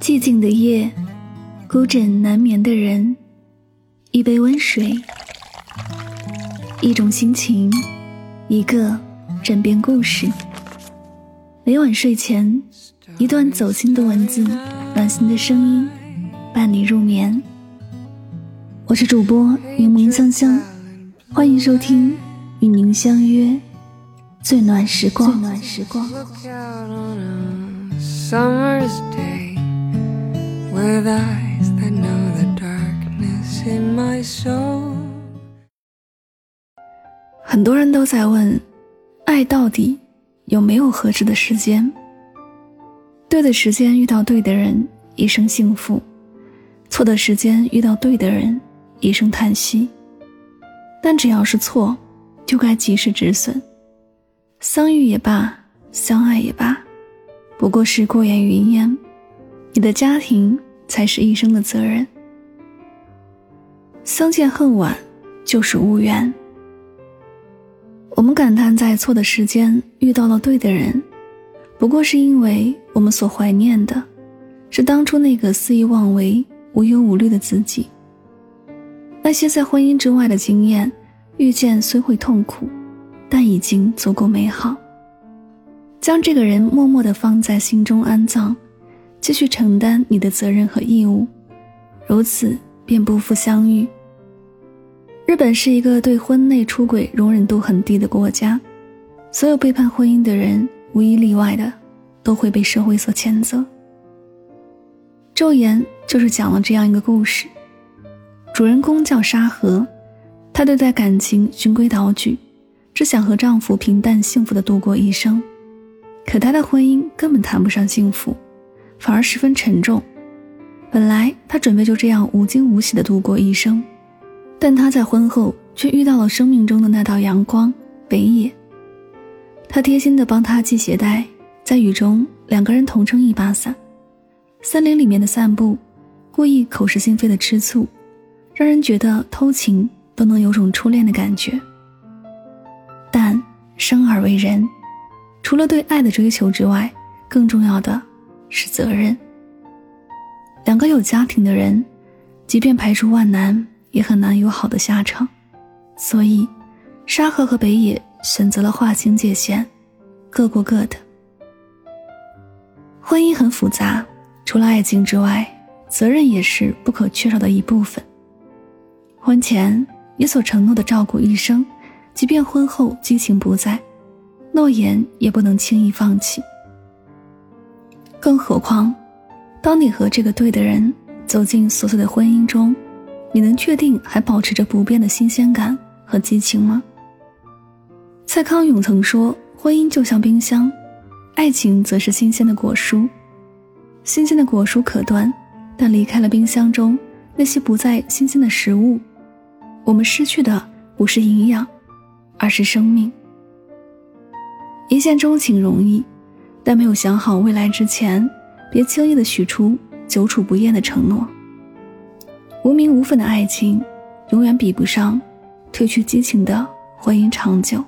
寂静的夜，孤枕难眠的人，一杯温水，一种心情，一个枕边故事。每晚睡前，一段走心的文字，暖心的声音，伴你入眠。我是主播云梦香香，欢迎收听与您相约最暖时光。 Summer's day with eyes that know the darkness in my soul。 很多人都在问，爱到底有没有合适的时间？对的时间遇到对的人，一生幸福；错的时间遇到对的人，一声叹息。但只要是错，就该及时止损。相遇也罢，相爱也罢，不过是过眼云烟，你的家庭才是一生的责任。相见恨晚，就是无缘。我们感叹在错的时间遇到了对的人，不过是因为我们所怀念的是当初那个肆意妄为、无忧无虑的自己。那些在婚姻之外的经验，遇见虽会痛苦，但已经足够美好。将这个人默默地放在心中安葬，继续承担你的责任和义务，如此便不负相遇。日本是一个对婚内出轨容忍度很低的国家，所有背叛婚姻的人无一例外的都会被社会所谴责。昼颜就是讲了这样一个故事，主人公叫沙河，她对待感情循规蹈矩，只想和丈夫平淡幸福地度过一生。可她的婚姻根本谈不上幸福，反而十分沉重。本来她准备就这样无惊无喜地度过一生，但她在婚后却遇到了生命中的那道阳光北野。他贴心地帮她系鞋带，在雨中两个人同撑一把伞，森林里面的散步，故意口是心非的吃醋，让人觉得偷情都能有种初恋的感觉。但生而为人，除了对爱的追求之外，更重要的是责任。两个有家庭的人，即便排除万难，也很难有好的下场。所以沙河和北野选择了划清界限，各过各的。婚姻很复杂，除了爱情之外，责任也是不可缺少的一部分。婚前你所承诺的照顾一生，即便婚后激情不在，诺言也不能轻易放弃。更何况当你和这个对的人走进琐碎的婚姻中，你能确定还保持着不变的新鲜感和激情吗？蔡康永曾说，婚姻就像冰箱，爱情则是新鲜的果蔬。新鲜的果蔬可端，但离开了冰箱中那些不再新鲜的食物，我们失去的不是营养，而是生命。一见钟情容易，但没有想好未来之前，别轻易地许出久处不厌的承诺。无名无分的爱情永远比不上褪去激情的婚姻长久。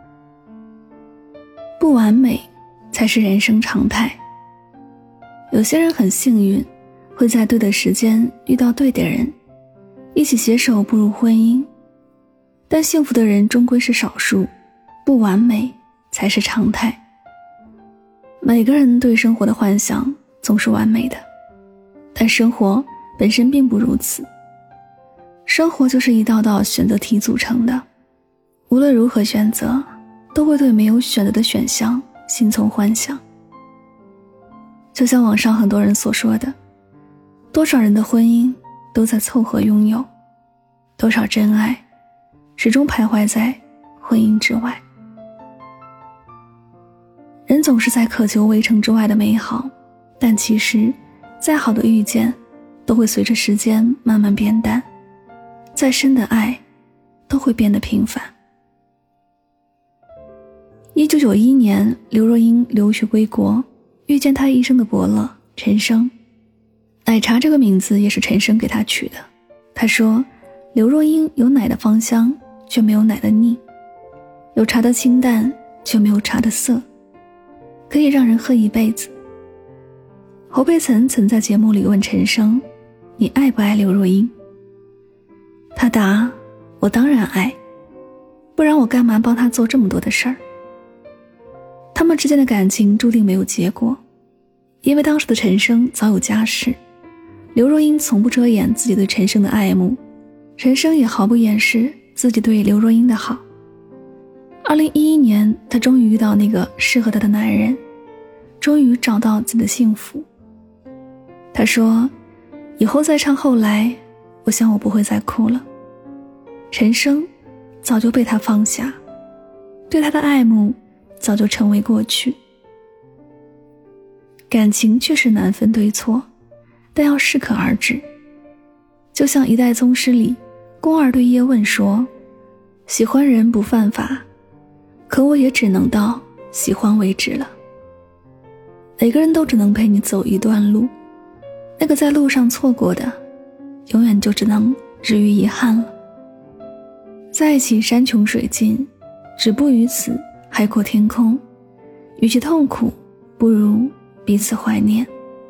不完美才是人生常态。有些人很幸运，会在对的时间遇到对的人，一起携手步入婚姻。但幸福的人终归是少数，不完美才是常态。每个人对生活的幻想总是完美的，但生活本身并不如此。生活就是一道道选择题组成的，无论如何选择，都会对没有选择的选项心存幻想。就像网上很多人所说的，多少人的婚姻都在凑合拥有，多少真爱始终徘徊在婚姻之外。人总是在渴求围城之外的美好，但其实再好的遇见都会随着时间慢慢变淡，再深的爱都会变得平凡。1991年，刘若英留学归国，遇见她一生的伯乐陈升。奶茶这个名字也是陈升给她取的。他说，刘若英有奶的芳香，却没有奶的腻，有茶的清淡，却没有茶的涩，可以让人喝一辈子。 侯佩岑曾在节目里问陈升，你爱不爱刘若英？他答，我当然爱，不然我干嘛帮他做这么多的事儿。他们之间的感情注定没有结果，因为当时的陈升早有家室，刘若英从不遮掩自己对陈升的爱慕，陈升也毫不掩饰自己对刘若英的好。2011年，他终于遇到那个适合他的男人，终于找到自己的幸福。他说，以后再唱后来，我想我不会再哭了。陈升早就被他放下，对他的爱慕早就成为过去。感情确实难分对错，但要适可而止。就像一代宗师里，宫二对叶问说，喜欢人不犯法，可我也只能到喜欢为止了。每个人都只能陪你走一段路，那个在路上错过的，永远就只能止于遗憾了。在一起山穷水尽，止步于此海阔天空，与其痛苦，不如彼此怀念。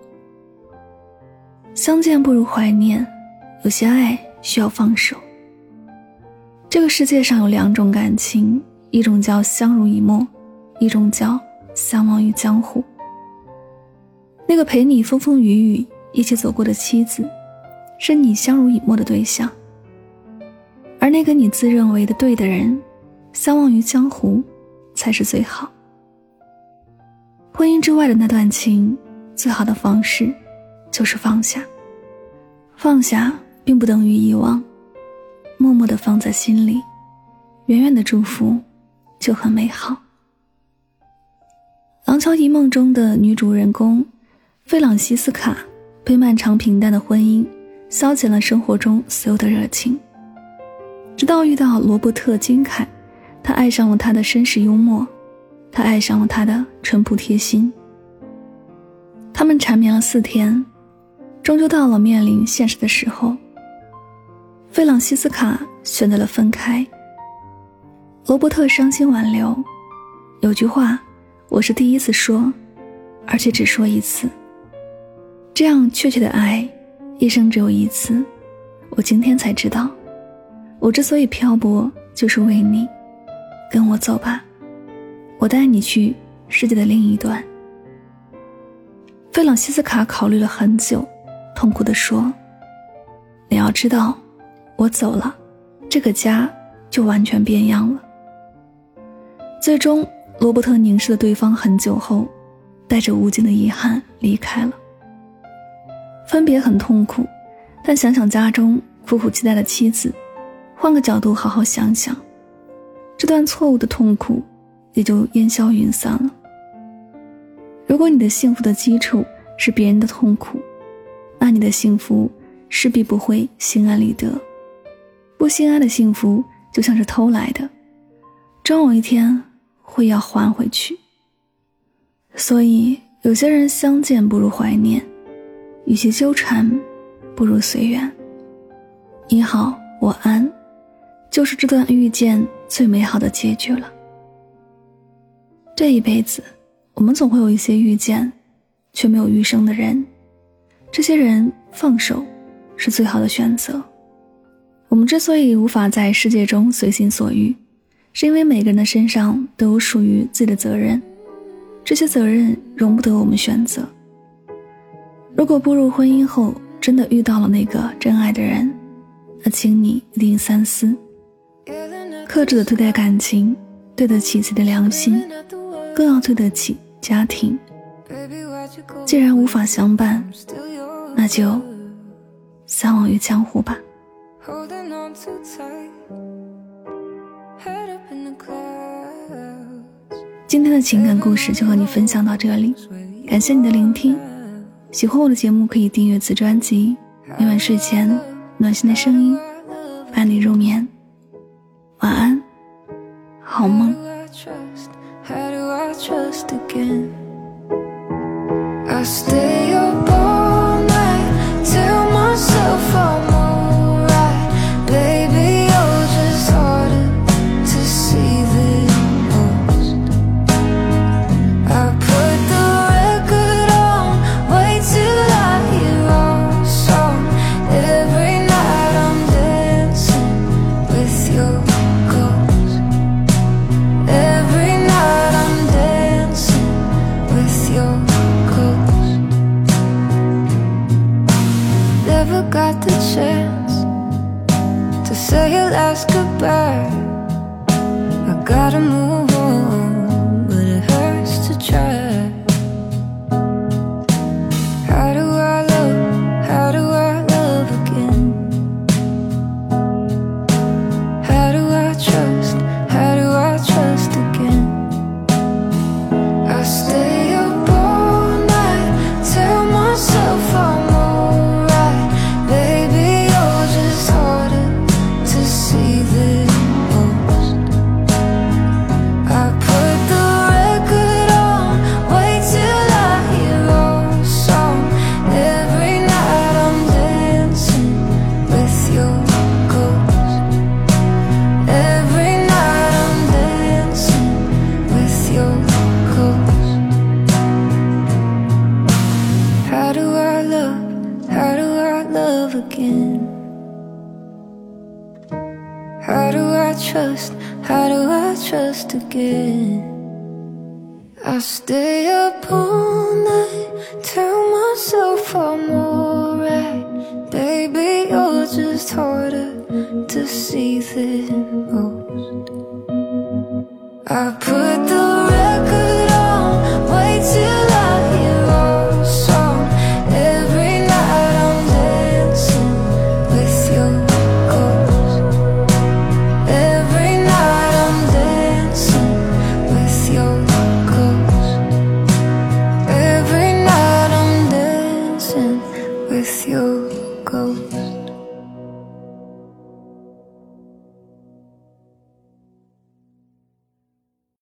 相见不如怀念，有些爱需要放手。这个世界上有两种感情，一种叫相濡以沫，一种叫相忘于江湖。那个陪你风风雨雨一起走过的妻子，是你相濡以沫的对象，而那个你自认为的对的人，相忘于江湖才是最好。婚姻之外的那段情，最好的方式就是放下。放下并不等于遗忘，默默地放在心里，远远的祝福就很美好。廊桥遗梦中的女主人公费朗西斯卡被漫长平淡的婚姻消减了生活中所有的热情，直到遇到罗伯特金凯，他爱上了他的绅士幽默，他爱上了他的淳朴贴心。他们缠绵了4天，终究到了面临现实的时候，费朗西斯卡选择了分开。罗伯特伤心挽留，有句话我是第一次说，而且只说一次，这样确切的爱一生只有一次。我今天才知道，我之所以漂泊，就是为你。跟我走吧，我带你去世界的另一端。费朗西斯卡考虑了很久，痛苦地说，你要知道，我走了，这个家就完全变样了。最终，罗伯特凝视了对方很久后，带着无尽的遗憾离开了。分别很痛苦，但想想家中苦苦期待的妻子，换个角度好好想想，这段错误的痛苦也就烟消云散了。如果你的幸福的基础是别人的痛苦，那你的幸福势必不会心安理得。不心安的幸福就像是偷来的，终有一天会要还回去。所以有些人相见不如怀念，与其纠缠不如随缘。你好我安，就是这段遇见最美好的结局了。这一辈子我们总会有一些遇见却没有余生的人，这些人放手是最好的选择。我们之所以无法在世界中随心所欲，是因为每个人的身上都有属于自己的责任，这些责任容不得我们选择。如果步入婚姻后真的遇到了那个真爱的人，那请你一定三思，克制的对待感情，对得起自己的良心，更要对得起家庭。既然无法相伴，那就相忘于江湖吧。今天的情感故事就和你分享到这里，感谢你的聆听。喜欢我的节目可以订阅此专辑，每晚睡前暖心的声音伴你入眠。晚安，好梦。 I stay up all night, tell myself I'm alright. Baby, you're just harder to see than most. I put the record on way too got the chance to say your last goodbye. I gotta move on, but it hurts to try. How do I love again? How do I trust again? I stay up all night, tell myself I'm alright. Baby, you're just harder to see than most. I put the record on, wait till I hear our song. Every night I'm dancing with your ghost. Every night I'm dancing with your ghost. How do I love again? How do I trust again? I stay up all night, tell myself I'm alright. Baby, you're just harder to see than most. I put the record on, wait till I hear our song. Every night I'm dancing with your ghost. Every night I'm dancing with your ghost. Every night I'm dancing with your ghost.